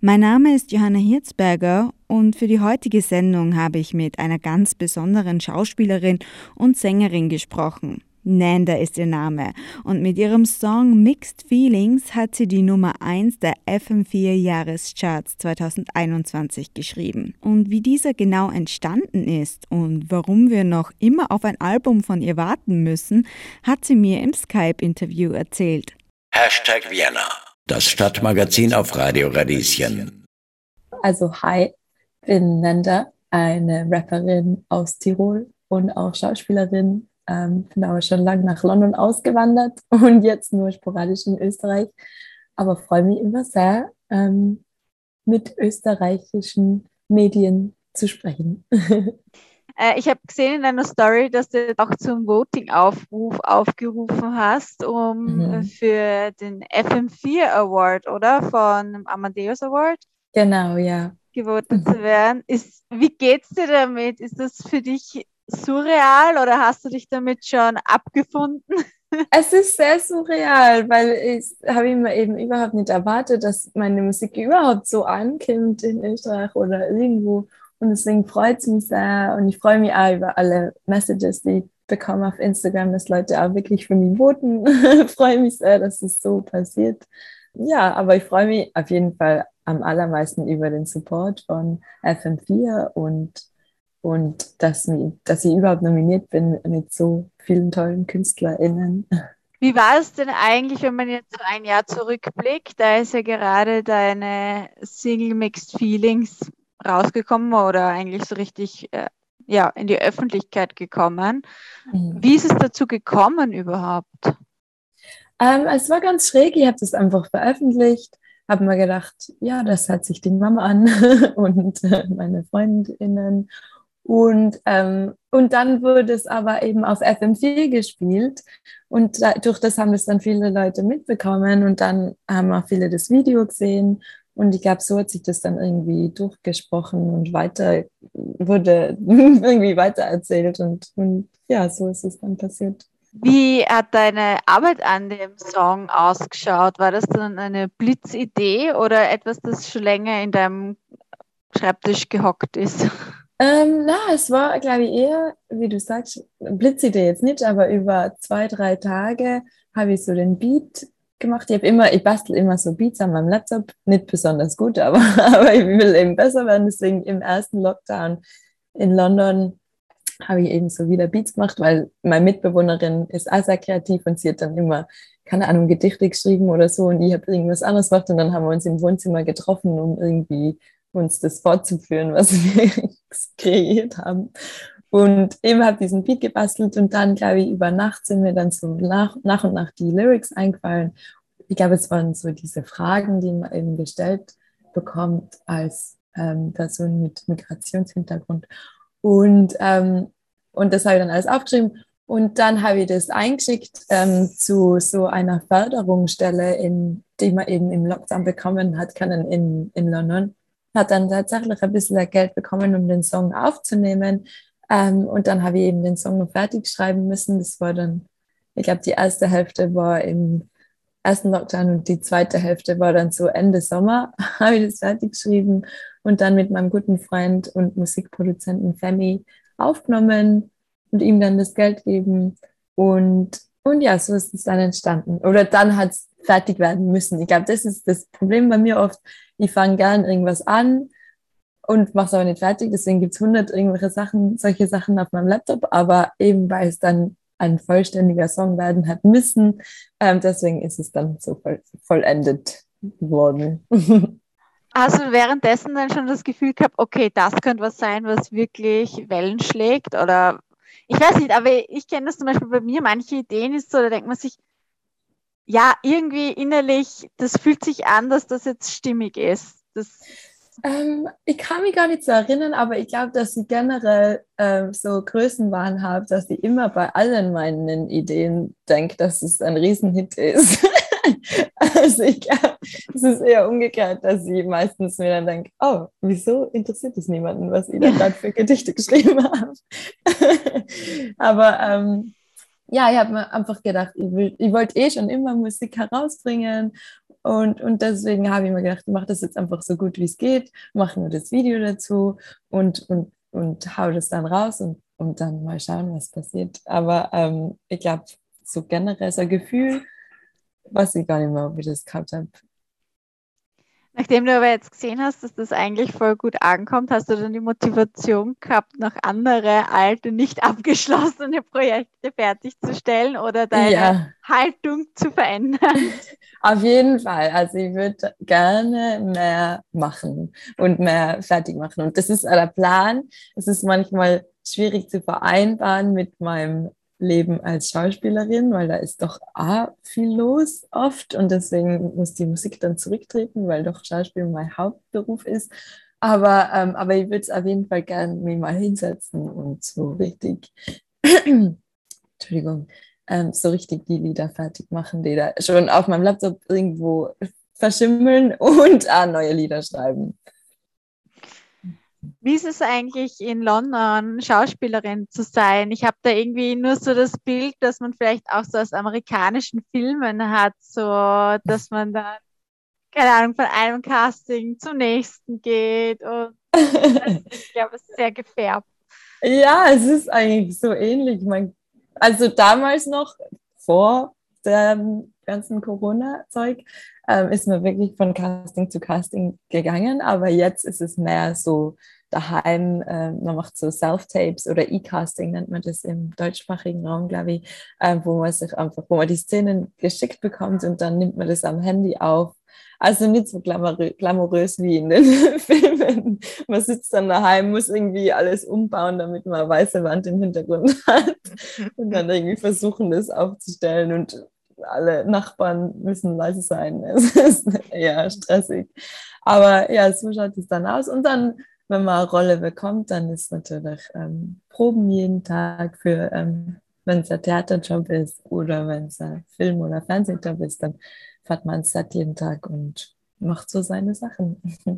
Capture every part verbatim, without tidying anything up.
Mein Name ist Johanna Hirzberger und für die heutige Sendung habe ich mit einer ganz besonderen Schauspielerin und Sängerin gesprochen. Nanda ist ihr Name und mit ihrem Song Mixed Feelings hat sie die Nummer eins der F M vier Jahrescharts zwanzig einundzwanzig geschrieben. Und wie dieser genau entstanden ist und warum wir noch immer auf ein Album von ihr warten müssen, hat sie mir im Skype-Interview erzählt. Hashtag Vienna, das Stadtmagazin auf Radio Radieschen. Also hi, ich bin Nanda, eine Rapperin aus Tirol und auch Schauspielerin. Ähm, bin aber schon lange nach London ausgewandert und jetzt nur sporadisch in Österreich. Aber freue mich immer sehr, ähm, mit österreichischen Medien zu sprechen. äh, ich habe gesehen in deiner Story, dass du auch zum Voting-Aufruf aufgerufen hast, um mhm. für den F M vier Award, oder? Von Amadeus Award? Genau, ja. Gewotet zu werden. Ist, wie geht's dir damit? Ist das für dich surreal oder hast du dich damit schon abgefunden? Es ist sehr surreal, weil ich habe mir eben überhaupt nicht erwartet, dass meine Musik überhaupt so ankommt in Österreich oder irgendwo. Und deswegen freut es mich sehr und ich freue mich auch über alle Messages, die ich bekomme auf Instagram, dass Leute auch wirklich für mich voten. Ich freue mich sehr, dass es so passiert. Ja, aber ich freue mich auf jeden Fall am allermeisten über den Support von F M vier und Und dass, dass ich überhaupt nominiert bin mit so vielen tollen KünstlerInnen. Wie war es denn eigentlich, wenn man jetzt so ein Jahr zurückblickt? Da ist ja gerade deine Single Mixed Feelings rausgekommen oder eigentlich so richtig äh, ja, in die Öffentlichkeit gekommen. Mhm. Wie ist es dazu gekommen überhaupt? Ähm, es war ganz schräg. Ich habe das einfach veröffentlicht. Habe mir gedacht, ja, das hört sich die Mama an und äh, meine FreundInnen. Und, ähm, und dann wurde es aber eben auf F M vier gespielt und da, durch das haben das dann viele Leute mitbekommen und dann haben auch viele das Video gesehen und ich glaube, so hat sich das dann irgendwie durchgesprochen und weiter wurde irgendwie weitererzählt und, und ja, so ist es dann passiert. Wie hat deine Arbeit an dem Song ausgeschaut? War das dann eine Blitzidee oder etwas, das schon länger in deinem Schreibtisch gehockt ist? Ähm, na, es war, glaube ich, eher, wie du sagst, Blitzidee jetzt nicht, aber über zwei, drei Tage habe ich so den Beat gemacht. Ich habe immer, ich bastel immer so Beats an meinem Laptop, nicht besonders gut, aber, aber ich will eben besser werden. Deswegen im ersten Lockdown in London habe ich eben so wieder Beats gemacht, weil meine Mitbewohnerin ist auch sehr kreativ und sie hat dann immer, keine Ahnung, Gedichte geschrieben oder so und ich habe irgendwas anderes gemacht und dann haben wir uns im Wohnzimmer getroffen, um irgendwie uns das fortzuführen, was wir kreiert haben. Und eben habe diesen Beat gebastelt und dann, glaube ich, über Nacht sind mir dann so nach, nach und nach die Lyrics eingefallen. Ich glaube, es waren so diese Fragen, die man eben gestellt bekommt als ähm, Person mit Migrationshintergrund. Und, ähm, und das habe ich dann alles aufgeschrieben. Und dann habe ich das eingeschickt ähm, zu so einer Förderungsstelle, in, die man eben im Lockdown bekommen hat können in, in London. Hat dann tatsächlich ein bisschen Geld bekommen, um den Song aufzunehmen. Ähm, und dann habe ich eben den Song noch fertig schreiben müssen. Das war dann, ich glaube, die erste Hälfte war im ersten Lockdown und die zweite Hälfte war dann so Ende Sommer, habe ich das fertig geschrieben und dann mit meinem guten Freund und Musikproduzenten Femi aufgenommen und ihm dann das Geld geben. Und, und ja, so ist es dann entstanden. Oder dann hat es fertig werden müssen. Ich glaube, das ist das Problem bei mir oft. Ich fange gern irgendwas an und mache es aber nicht fertig. Deswegen gibt es hundert irgendwelche Sachen, solche Sachen auf meinem Laptop. Aber eben, weil es dann ein vollständiger Song werden hat müssen, ähm, deswegen ist es dann so voll, vollendet worden. Hast du währenddessen dann schon das Gefühl gehabt, okay, das könnte was sein, was wirklich Wellen schlägt? Oder ich weiß nicht, aber ich kenne das zum Beispiel bei mir. Manche Ideen ist so, da denkt man sich, ja, irgendwie innerlich, das fühlt sich an, dass das jetzt stimmig ist. Das ähm, ich kann mich gar nicht so erinnern, aber ich glaube, dass ich generell ähm, so Größenwahn habe, dass ich immer bei allen meinen Ideen denke, dass es ein Riesenhit ist. Also ich glaube, es ist eher umgekehrt, dass ich meistens mir dann denke, oh, wieso interessiert es niemanden, was ich da gerade für Gedichte geschrieben habe. Aber ähm, ja, ich habe mir einfach gedacht, ich, will, ich wollte eh schon immer Musik herausbringen Und, und deswegen habe ich mir gedacht, ich mache das jetzt einfach so gut wie es geht, mache nur das Video dazu und, und, und hau das dann raus und, und dann mal schauen, was passiert. Aber ähm, ich glaube, so generell so ein Gefühl, weiß ich gar nicht mehr, ob ich das gehabt habe. Nachdem du aber jetzt gesehen hast, dass das eigentlich voll gut ankommt, hast du dann die Motivation gehabt, noch andere alte, nicht abgeschlossene Projekte fertigzustellen oder deine Ja, Haltung zu verändern? auf jeden Fall. Also ich würde gerne mehr machen und mehr fertig machen. Und das ist der Plan. Es ist manchmal schwierig zu vereinbaren mit meinem Leben als Schauspielerin, weil da ist doch auch viel los oft und deswegen muss die Musik dann zurücktreten, weil doch Schauspiel mein Hauptberuf ist. Aber, ähm, aber ich würde es auf jeden Fall gerne mich mal hinsetzen und so richtig, Entschuldigung, ähm, so richtig die Lieder fertig machen, die da schon auf meinem Laptop irgendwo verschimmeln und auch neue Lieder schreiben. Wie ist es eigentlich in London, Schauspielerin zu sein? Ich habe da irgendwie nur so das Bild, dass man vielleicht auch so aus amerikanischen Filmen hat, so dass man dann, keine Ahnung, von einem Casting zum nächsten geht und also ich glaube, es ist sehr gefärbt. Ja, es ist eigentlich so ähnlich. Man, also damals noch, vor dem ganzen Corona-Zeug, ähm, ist man wirklich von Casting zu Casting gegangen, aber jetzt ist es mehr so daheim, äh, man macht so Self-Tapes oder E-Casting, nennt man das im deutschsprachigen Raum, glaube ich, äh, wo man sich einfach, wo man die Szenen geschickt bekommt und dann nimmt man das am Handy auf. Also nicht so glamourö glamourös wie in den Filmen. Man sitzt dann daheim, muss irgendwie alles umbauen, damit man eine weiße Wand im Hintergrund hat und dann irgendwie versuchen, das aufzustellen und alle Nachbarn müssen leise sein. Es ist eher stressig. Aber ja, so schaut es dann aus. Und dann, wenn man eine Rolle bekommt, dann ist natürlich ähm, Proben jeden Tag für, ähm, wenn es ein Theaterjob ist oder wenn es ein Film- oder Fernsehjob ist, dann fährt man ins Set jeden Tag und macht so seine Sachen.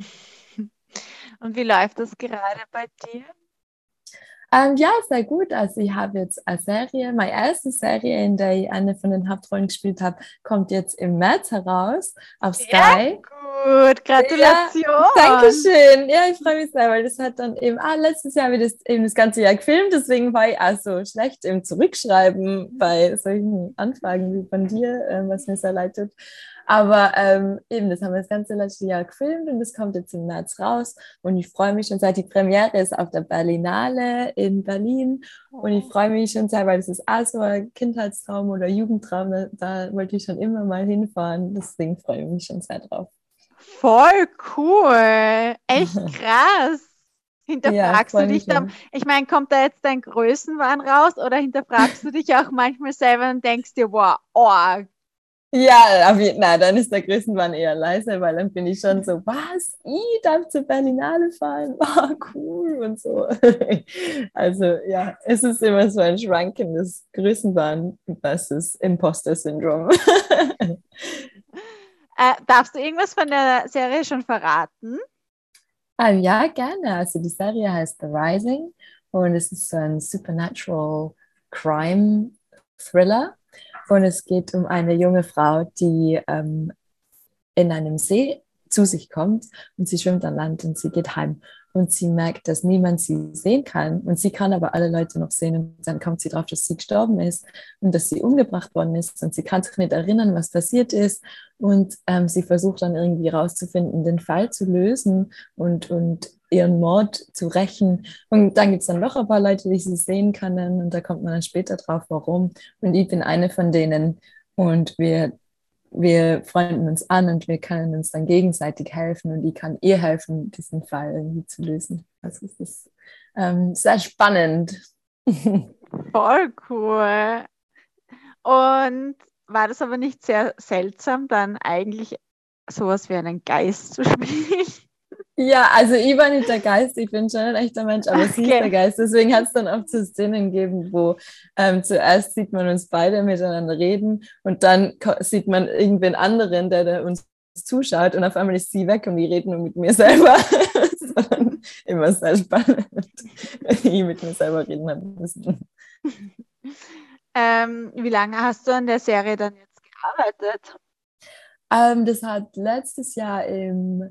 Und wie läuft das gerade bei dir? Ähm, ja, sehr gut. Also ich habe jetzt eine Serie, meine erste Serie, in der ich eine von den Hauptrollen gespielt habe, kommt jetzt im März heraus auf Sehr Sky. gut, Gratulation. Ja, Dankeschön. Ja, ich freue mich sehr, weil das hat dann eben, ah, letztes Jahr habe ich das eben das ganze Jahr gefilmt, deswegen war ich auch so schlecht im Zurückschreiben bei solchen Anfragen wie von dir, äh, was mir sehr leid tut. Aber ähm, eben, das haben wir das ganze letzte Jahr gefilmt und das kommt jetzt im März raus. Und ich freue mich schon seit die Premiere ist auf der Berlinale in Berlin. Und ich freue mich schon sehr, weil das ist auch so ein Kindheitstraum oder Jugendtraum. Da, da wollte ich schon immer mal hinfahren. Deswegen freue ich mich schon sehr drauf. Voll cool. Echt krass. Hinterfragst Ja, du dich dann, ich meine, kommt da jetzt dein Größenwahn raus oder hinterfragst du dich auch manchmal selber und denkst dir, wow, oh. Ja, auf jeden Fall, dann ist der Größenwahn eher leise, weil dann bin ich schon so, was, ich darf zur Berlinale fahren, oh, cool und so. Also ja, es ist immer so ein schwankendes Größenwahn versus Imposter-Syndrom. Äh, darfst du irgendwas von der Serie schon verraten? Ah, ja, gerne. Also die Serie heißt The Rising und es ist so ein Supernatural Crime Thriller. Und es geht um eine junge Frau, die ähm, in einem See zu sich kommt und sie schwimmt an Land und sie geht heim und sie merkt, dass niemand sie sehen kann und sie kann aber alle Leute noch sehen und dann kommt sie drauf, dass sie gestorben ist und dass sie umgebracht worden ist und sie kann sich nicht erinnern, was passiert ist und ähm, sie versucht dann irgendwie rauszufinden, den Fall zu lösen und, und ihren Mord zu rächen und dann gibt es dann noch ein paar Leute, die sie sehen können und da kommt man dann später drauf, warum und ich bin eine von denen und wir wir freunden uns an und wir können uns dann gegenseitig helfen und ich kann ihr helfen, diesen Fall irgendwie zu lösen. Also es ist ähm, sehr spannend. Voll cool. Und war das aber nicht sehr seltsam, dann eigentlich sowas wie einen Geist zu spielen? Ja, also ich war nicht der Geist, ich bin schon ein echter Mensch, aber okay. Sie ist der Geist. Deswegen hat es dann auch so Szenen gegeben, wo ähm, zuerst sieht man uns beide miteinander reden und dann sieht man irgendwen anderen, der, der uns zuschaut und auf einmal ist sie weg und die reden nur mit mir selber. Das war dann immer sehr spannend, wenn ich mit mir selber reden habe müssen. Ähm, wie lange hast du an der Serie dann jetzt gearbeitet? Ähm, das hat letztes Jahr im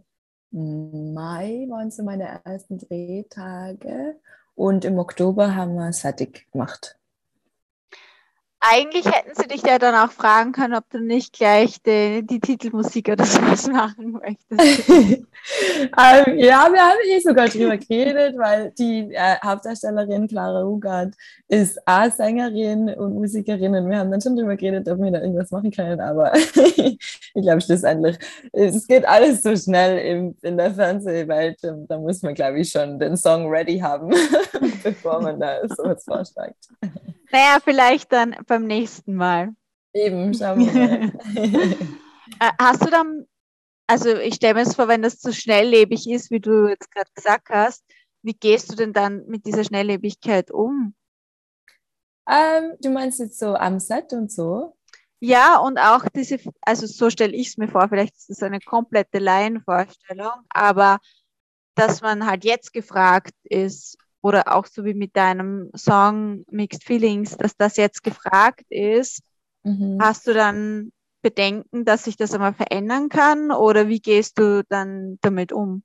Mai waren so meine ersten Drehtage und im Oktober haben wir es fertig gemacht. Eigentlich hätten sie dich ja dann auch fragen können, ob du nicht gleich die, die Titelmusik oder sowas machen möchtest. ähm, ja, wir haben eh sogar drüber geredet, weil die äh, Hauptdarstellerin Clara Ugard ist auch Sängerin und Musikerin und wir haben dann schon drüber geredet, ob wir da irgendwas machen können, aber ich glaube schlussendlich, es geht alles so schnell im, in der Fernsehwelt, da muss man, glaube ich, schon den Song ready haben, bevor man da sowas vorschlägt. Naja, vielleicht dann beim nächsten Mal. Eben, schauen wir mal. Äh, Hast du dann, also ich stelle mir jetzt vor, wenn das so schnelllebig ist, wie du jetzt gerade gesagt hast, wie gehst du denn dann mit dieser Schnelllebigkeit um? Ähm, du meinst jetzt so am Set und so? Ja, und auch diese, also so stelle ich es mir vor, vielleicht ist das eine komplette Laienvorstellung, aber dass man halt jetzt gefragt ist, oder auch so wie mit deinem Song Mixed Feelings, dass das jetzt gefragt ist, Mhm. hast du dann Bedenken, dass sich das einmal verändern kann oder wie gehst du dann damit um?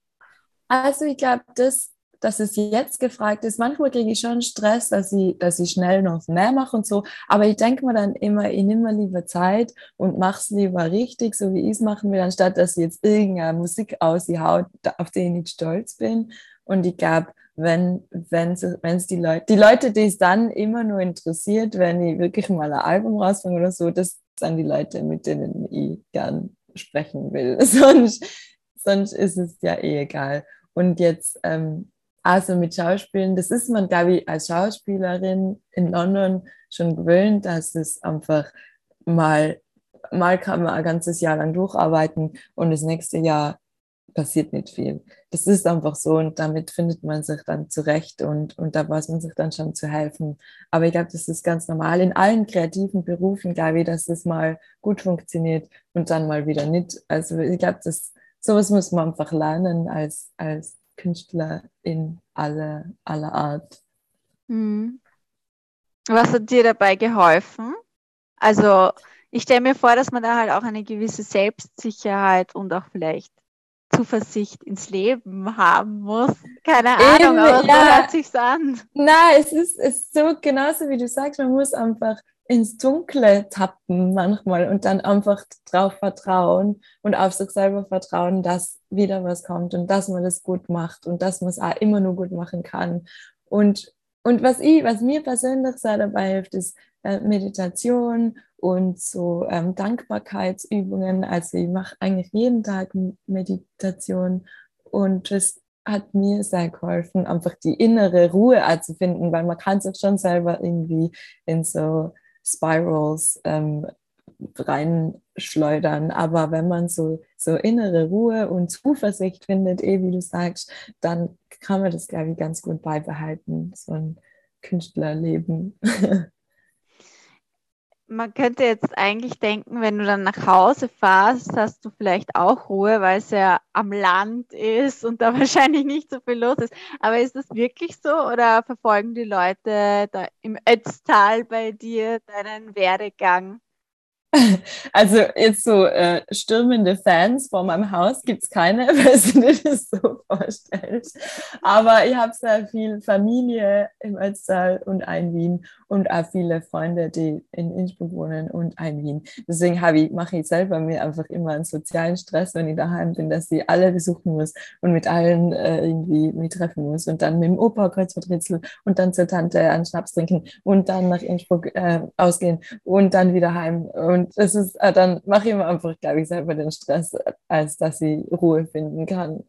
Also ich glaube, das, dass es jetzt gefragt ist, manchmal kriege ich schon Stress, dass ich, dass ich schnell noch mehr mache und so, aber ich denke mir dann immer, ich nehme mir lieber Zeit und mache es lieber richtig, so wie ich es machen will, anstatt dass ich jetzt irgendeine Musik aushaut, auf die ich nicht stolz bin. Und ich glaube, wenn wenn es die Leute, die Leute, die es dann immer nur interessiert, wenn ich wirklich mal ein Album rausbringe oder so, das sind die Leute, mit denen ich gern sprechen will. Sonst, sonst ist es ja eh egal. Und jetzt, ähm, also mit Schauspielen, das ist man, glaube ich, als Schauspielerin in London schon gewöhnt, dass es einfach mal, mal kann man ein ganzes Jahr lang durcharbeiten und das nächste Jahr passiert nicht viel. Das ist einfach so und damit findet man sich dann zurecht und, und da weiß man sich dann schon zu helfen. Aber ich glaube, das ist ganz normal. In allen kreativen Berufen, glaube ich, dass es mal gut funktioniert und dann mal wieder nicht. Also ich glaube, das sowas muss man einfach lernen als, als Künstler in aller, aller Art. Hm. Was hat dir dabei geholfen? Also ich stelle mir vor, dass man da halt auch eine gewisse Selbstsicherheit und auch vielleicht Zuversicht ins Leben haben muss. Keine Ahnung, Eben, aber so ja. hört sich's an. Nein, es ist, es ist so genauso, wie du sagst, man muss einfach ins Dunkle tappen manchmal und dann einfach drauf vertrauen und auf sich selber vertrauen, dass wieder was kommt und dass man das gut macht und dass man es auch immer nur gut machen kann. Und, und was ich, was mir persönlich sehr dabei hilft, ist äh, Meditation und so ähm, Dankbarkeitsübungen. Also ich mache eigentlich jeden Tag Meditation und das hat mir sehr geholfen, einfach die innere Ruhe auch zu finden, weil man kann sich schon selber irgendwie in so Spirals ähm, reinschleudern. Aber wenn man so, so innere Ruhe und Zuversicht findet, eh wie du sagst, dann kann man das, glaube ich, ganz gut beibehalten, so ein Künstlerleben. Man könnte jetzt eigentlich denken, wenn du dann nach Hause fährst, hast du vielleicht auch Ruhe, weil es ja am Land ist und da wahrscheinlich nicht so viel los ist. Aber ist das wirklich so oder verfolgen die Leute da im Ötztal bei dir deinen Werdegang? Also jetzt so äh, stürmende Fans vor meinem Haus gibt es keine, weil du dir das so vorstellst. Aber ich habe sehr viel Familie im Ötztal und ein Wien und auch viele Freunde, die in Innsbruck wohnen und ein Wien. Deswegen ich, mache ich selber mir einfach immer einen sozialen Stress, wenn ich daheim bin, dass ich alle besuchen muss und mit allen äh, irgendwie mich treffen muss und dann mit dem Opa Kreuzworträtsel und dann zur Tante einen Schnaps trinken und dann nach Innsbruck äh, ausgehen und dann wieder heim. Und Und das ist, dann mache ich mir einfach, glaube ich, selber den Stress, als dass ich Ruhe finden kann.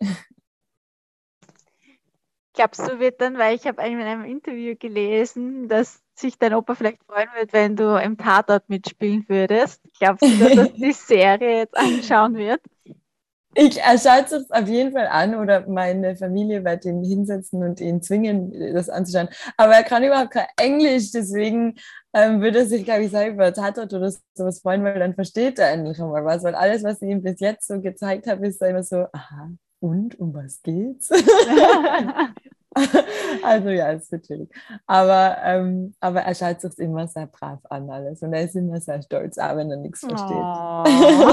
Glaubst du, wird dann, weil ich habe in einem Interview gelesen, dass sich dein Opa vielleicht freuen wird, wenn du im Tatort mitspielen würdest? Glaubst du, dass er die Serie jetzt anschauen wird? Ich er schaut es auf jeden Fall an oder meine Familie wird ihn hinsetzen und ihn zwingen, das anzuschauen. Aber er kann überhaupt kein Englisch, deswegen ähm, würde er sich, glaube ich, selber Tatort oder sowas freuen, weil dann versteht er endlich mal was. Weil alles, was ich ihm bis jetzt so gezeigt habe, ist immer so, aha, und um was geht's? Also ja, ist natürlich. Aber, ähm, aber er schaut sich immer sehr brav an alles und er ist immer sehr stolz, auch wenn er nichts versteht. Oh.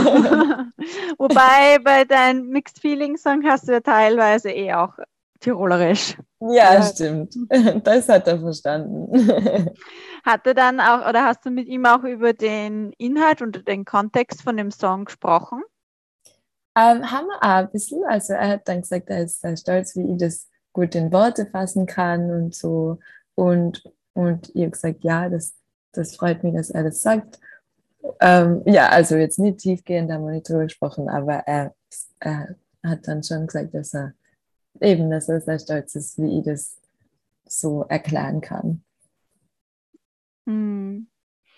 Wobei bei deinem Mixed Feelings Song hast du ja teilweise eh auch Tirolerisch. Ja, Ja. stimmt. Das hat er verstanden. Hat er dann auch, oder hast du mit ihm auch über den Inhalt und den Kontext von dem Song gesprochen? Ähm, haben wir auch ein bisschen. Also er hat dann gesagt, er ist sehr stolz, wie ich das gut in Worte fassen kann und so. Und, und ich habe gesagt, ja, das, das freut mich, dass er das sagt. Ähm, ja, also jetzt nicht tiefgehend, haben wir nicht drüber gesprochen, aber er, er hat dann schon gesagt, dass er eben, dass er sehr stolz ist, wie ich das so erklären kann. Hm.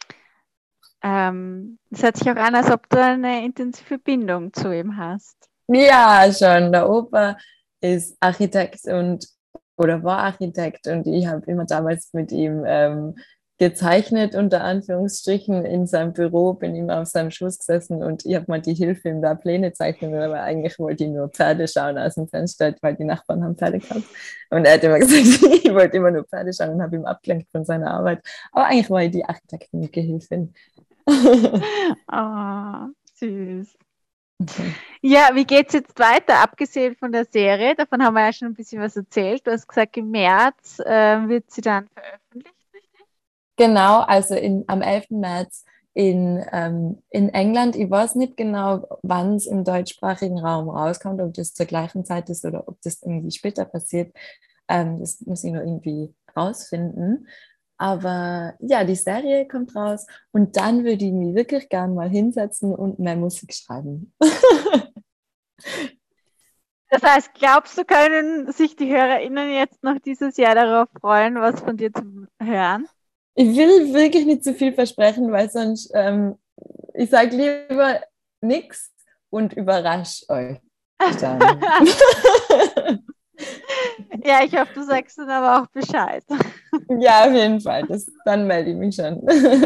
Ähm, es hört sich auch an, als ob du eine intensive Bindung zu ihm hast. Ja, schon. Der Opa ist Architekt und oder war Architekt und ich habe immer damals mit ihm ähm, gezeichnet, unter Anführungsstrichen, in seinem Büro, bin immer auf seinem Schoß gesessen und ich habe mal die Hilfe, ihm da Pläne zeichnen, aber eigentlich wollte ich nur Pferde schauen aus dem Fenster, weil die Nachbarn haben Pferde gehabt. Und er hat immer gesagt, ich wollte immer nur Pferde schauen und habe ihm abgelenkt von seiner Arbeit. Aber eigentlich war ich die Architekten-Gehilfin. Oh, süß. Ja, wie geht es jetzt weiter, abgesehen von der Serie? Davon haben wir ja schon ein bisschen was erzählt. Du hast gesagt, im März äh, wird sie dann veröffentlicht, richtig? Genau, also in, am elften März in, ähm, in England. Ich weiß nicht genau, wann es im deutschsprachigen Raum rauskommt, ob das zur gleichen Zeit ist oder ob das irgendwie später passiert. Ähm, das muss ich nur irgendwie rausfinden. Aber ja, die Serie kommt raus und dann würde ich mich wirklich gern mal hinsetzen und mehr Musik schreiben. Das heißt, glaubst du, können sich die HörerInnen jetzt noch dieses Jahr darauf freuen, was von dir zu hören? Ich will wirklich nicht zu viel versprechen, weil sonst, ähm, ich sage lieber nichts und überrasch euch dann. Ja, ich hoffe, du sagst dann aber auch Bescheid. Ja, auf jeden Fall. Das, dann melde ich mich schon.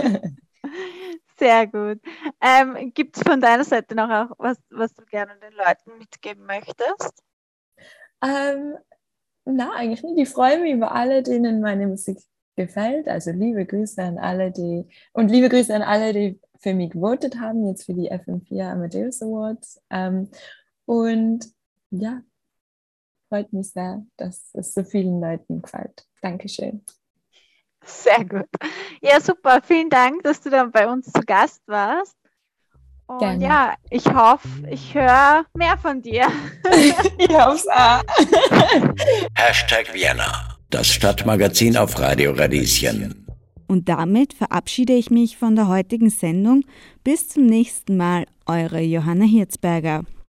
Sehr gut. Ähm, gibt es von deiner Seite noch auch was, was du gerne den Leuten mitgeben möchtest? Ähm, na, eigentlich nicht. Ich freue mich über alle, denen meine Musik gefällt. Also liebe Grüße an alle, die und liebe Grüße an alle, die für mich gewotet haben, jetzt für die F M vier Amadeus Awards. Ähm, und ja, freut mich sehr, dass es so vielen Leuten gefällt. Dankeschön. Sehr gut. Ja, super. Vielen Dank, dass du dann bei uns zu Gast warst. Und Gerne. ja, ich hoffe, ich höre mehr von dir. Ich hoffe es auch. Hashtag Vienna, das Stadtmagazin auf Radio Radieschen. Und damit verabschiede ich mich von der heutigen Sendung. Bis zum nächsten Mal, eure Johanna Hirzberger.